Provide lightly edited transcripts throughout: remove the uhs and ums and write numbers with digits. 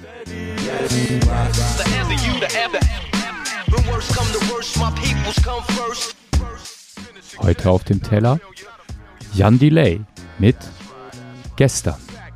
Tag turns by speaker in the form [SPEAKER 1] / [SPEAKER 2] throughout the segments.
[SPEAKER 1] Heute auf dem Teller Jan Delay mit Gestern.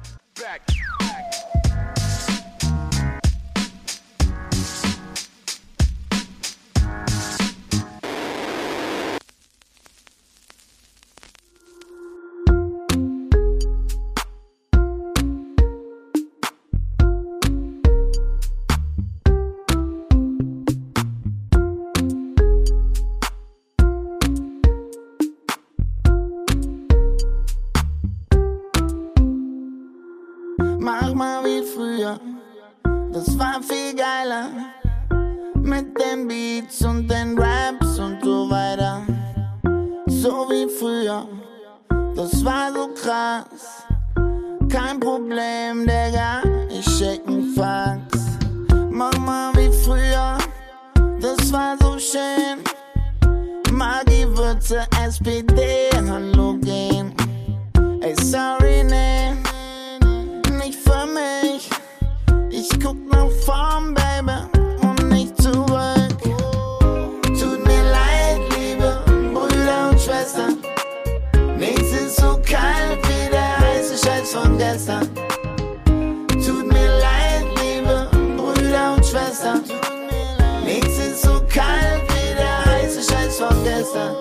[SPEAKER 2] Mach mal wie früher, das war viel geiler. Mit den Beats und den Raps und so weiter. So wie früher, das war so krass. Kein Problem, Digga, ich schick n Fax. Mach mal wie früher, das war so schön. Magie Würze, SPD, Halogen. Ey, sorry, nee, nicht für mich. Ich guck nach vorn, Baby, und nicht zurück. Tut mir leid, liebe Brüder und Schwestern. Nichts ist so kalt wie der heiße Scheiß von gestern. Tut mir leid, liebe Brüder und Schwestern. Nichts ist so kalt wie der heiße Scheiß von gestern.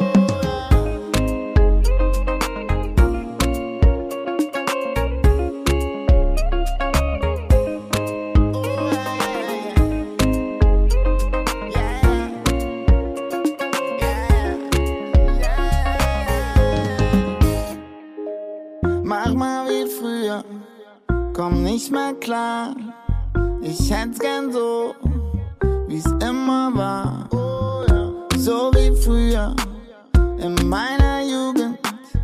[SPEAKER 2] Mach mal wie früher, komm nicht mehr klar. Ich hätt's gern so, wie's immer war. So wie früher, in meiner Jugend.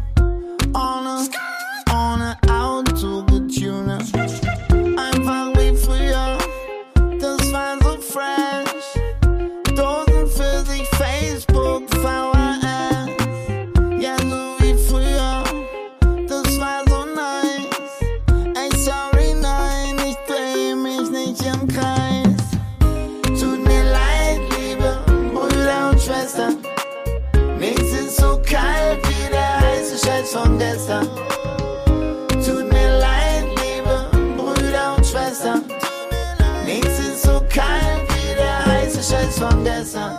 [SPEAKER 2] Ohne Autogetune. Einfach wie früher, das war so fresh. Dosen für sich, Facebook, VHS. Ja, so wie früher, das war so nice. Ey, sorry, nein, ich dreh mich nicht im Kreis. Tut mir leid, liebe Brüder und Schwestern. Nichts ist so kalt wie der heiße Scheiß von gestern. Tut mir leid, liebe Brüder und Schwestern. Nichts ist so kalt wie der heiße Scheiß von gestern.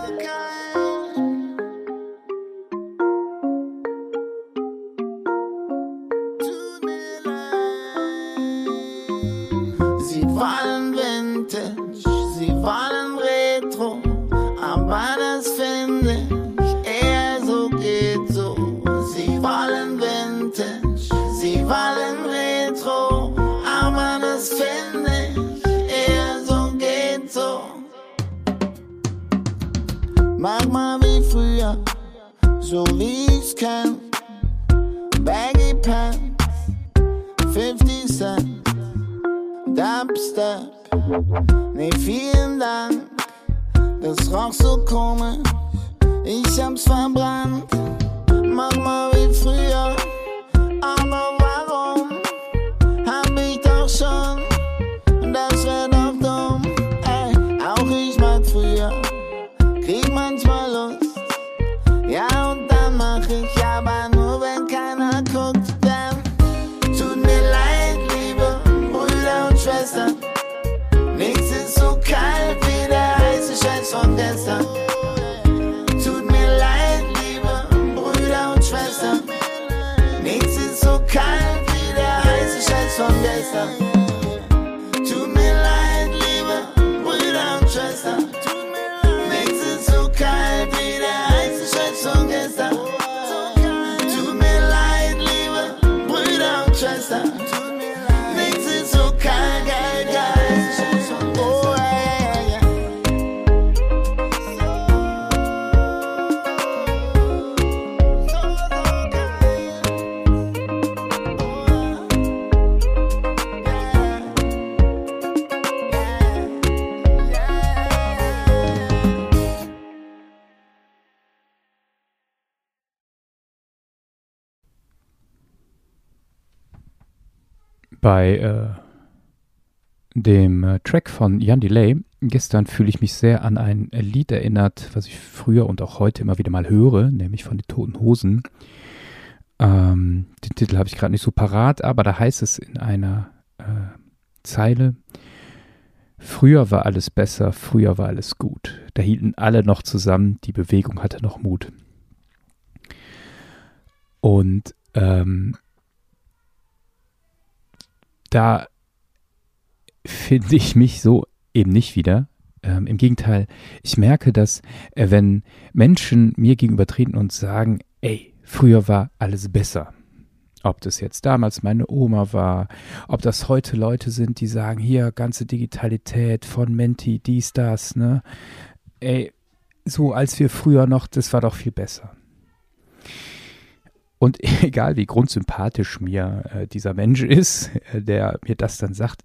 [SPEAKER 2] Sie wollen Vintage, sie wollen Retro, aber das finde ich eher so geht so. Sie wollen Vintage, sie wollen Retro, aber das finde ich eher so geht so. Mach mal wie früher, so wie ich's kenn. Baggy Pants, 50 Cent. Dubstep, nee, vielen Dank. Das roch so komisch, ich hab's verbrannt. Mach mal wie früher, aber warum? Hab ich doch schon, das wär doch dumm. Ey, auch ich mag früher, krieg manchmal Lust. Ja, und dann mach ich aber nur, wenn keiner guckt. Denn tut mir leid, liebe Brüder und Schwestern. Nichts ist so kalt wie der heiße Scheiß von gestern. Tut mir leid, liebe Brüder und Schwestern. Nichts ist so kalt wie der heiße Scheiß von gestern. Tut mir leid, liebe Brüder und Schwestern. Nichts ist so kalt wie der heiße Scheiß von gestern. Tut mir leid, liebe Brüder und Schwestern. Nichts ist so kalt, geil, geil. Oh, yeah, yeah,
[SPEAKER 1] Bei dem Track von Jan Delay. Gestern fühle ich mich sehr an ein Lied erinnert, was ich früher und auch heute immer wieder mal höre, nämlich von den Toten Hosen. Den Titel habe ich gerade nicht so parat, aber da heißt es in einer Zeile: Früher war alles besser, früher war alles gut. Da hielten alle noch zusammen, die Bewegung hatte noch Mut. Und da finde ich mich so eben nicht wieder. Im Gegenteil, ich merke, dass wenn Menschen mir gegenübertreten und sagen, ey, früher war alles besser. Ob das jetzt damals meine Oma war, ob das heute Leute sind, die sagen, hier, ganze Digitalität von Menti, dies, das, ne? Ey, so als wir früher noch, das war doch viel besser. Und egal wie grundsympathisch mir dieser Mensch ist, der mir das dann sagt,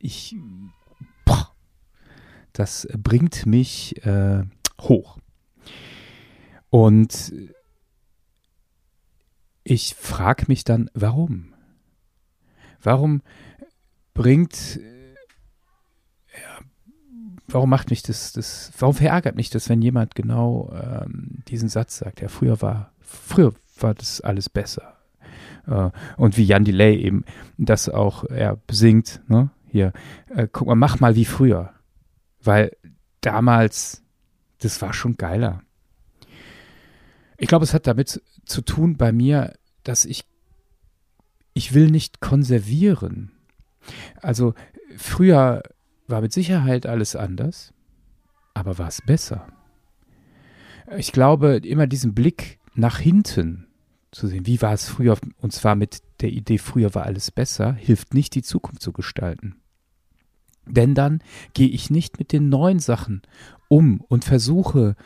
[SPEAKER 1] das bringt mich hoch. Und ich frage mich dann, warum? Warum macht mich warum verärgert mich das, wenn jemand genau diesen Satz sagt, ja, früher war das alles besser. Und wie Jan Delay eben das auch besingt, ne? Hier, guck mal, mach mal wie früher. Weil damals, das war schon geiler. Ich glaube, es hat damit zu tun bei mir, dass ich will nicht konservieren. Also früher war mit Sicherheit alles anders, aber war es besser. Ich glaube, immer diesen Blick nach hinten zu sehen, wie war es früher, und zwar mit der Idee, früher war alles besser, hilft nicht, die Zukunft zu gestalten. Denn dann gehe ich nicht mit den neuen Sachen um und versuche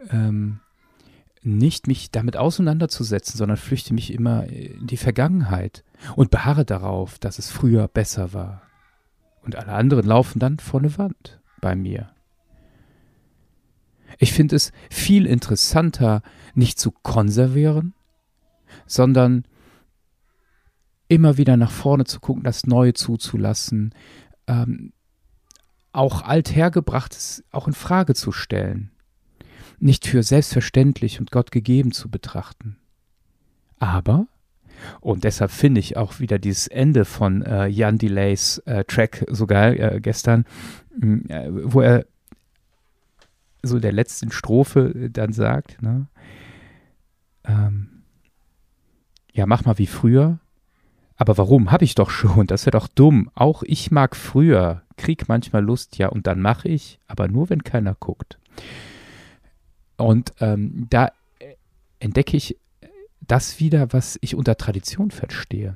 [SPEAKER 1] nicht mich damit auseinanderzusetzen, sondern flüchte mich immer in die Vergangenheit und beharre darauf, dass es früher besser war. Und alle anderen laufen dann vor eine Wand bei mir. Ich finde es viel interessanter, nicht zu konservieren, sondern immer wieder nach vorne zu gucken, das Neue zuzulassen, auch Althergebrachtes auch in Frage zu stellen, nicht für selbstverständlich und Gott gegeben zu betrachten. Aber, und deshalb finde ich auch wieder dieses Ende von Jan Delays Track so geil gestern, wo er so in der letzten Strophe dann sagt, ne, ja, mach mal wie früher. Aber warum? Hab ich doch schon. Das wäre doch dumm. Auch ich mag früher. Krieg manchmal Lust, ja, und dann mache ich, aber nur, wenn keiner guckt. Und da entdecke ich das wieder, was ich unter Tradition verstehe.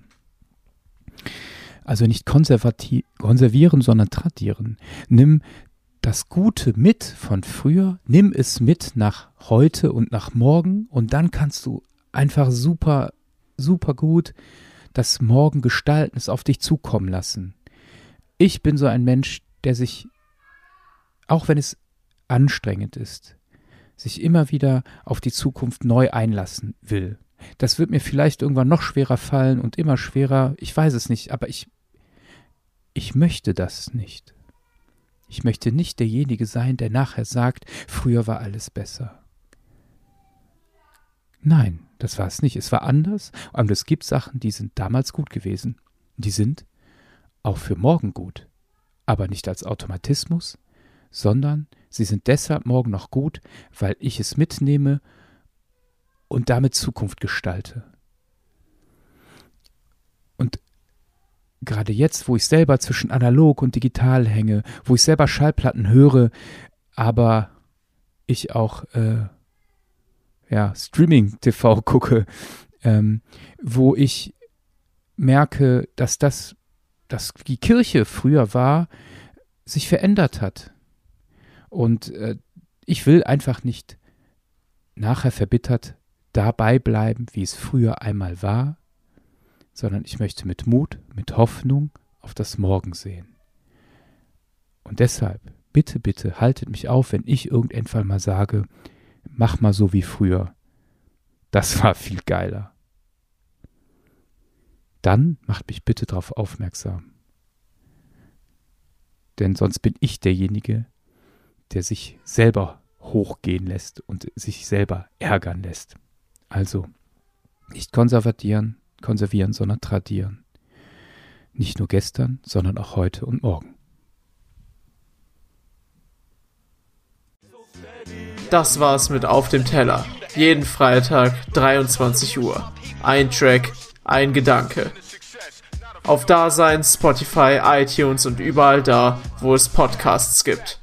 [SPEAKER 1] Also nicht konservieren, sondern tradieren. Nimm das Gute mit von früher, nimm es mit nach heute und nach morgen, und dann kannst du einfach super, super gut das Morgen gestalten, es auf dich zukommen lassen. Ich bin so ein Mensch, der sich, auch wenn es anstrengend ist, sich immer wieder auf die Zukunft neu einlassen will. Das wird mir vielleicht irgendwann noch schwerer fallen und immer schwerer, ich weiß es nicht, aber ich möchte das nicht. Ich möchte nicht derjenige sein, der nachher sagt, früher war alles besser. Nein, das war es nicht. Es war anders, und es gibt Sachen, die sind damals gut gewesen. Die sind auch für morgen gut, aber nicht als Automatismus, sondern sie sind deshalb morgen noch gut, weil ich es mitnehme und damit Zukunft gestalte. Und gerade jetzt, wo ich selber zwischen analog und digital hänge, wo ich selber Schallplatten höre, aber ich auch Streaming-TV gucke, wo ich merke, dass die Kirche früher war, sich verändert hat. Und ich will einfach nicht nachher verbittert dabei bleiben, wie es früher einmal war, sondern ich möchte mit Mut, mit Hoffnung auf das Morgen sehen. Und deshalb, bitte, bitte, haltet mich auf, wenn ich irgendwann mal sage, mach mal so wie früher. Das war viel geiler. Dann macht mich bitte darauf aufmerksam. Denn sonst bin ich derjenige, der sich selber hochgehen lässt und sich selber ärgern lässt. Also nicht konservieren, sondern tradieren. Nicht nur gestern, sondern auch heute und morgen.
[SPEAKER 3] Das war's mit Auf dem Teller. Jeden Freitag, 23 Uhr. Ein Track, ein Gedanke. Auf Dasein, Spotify, iTunes und überall da, wo es Podcasts gibt.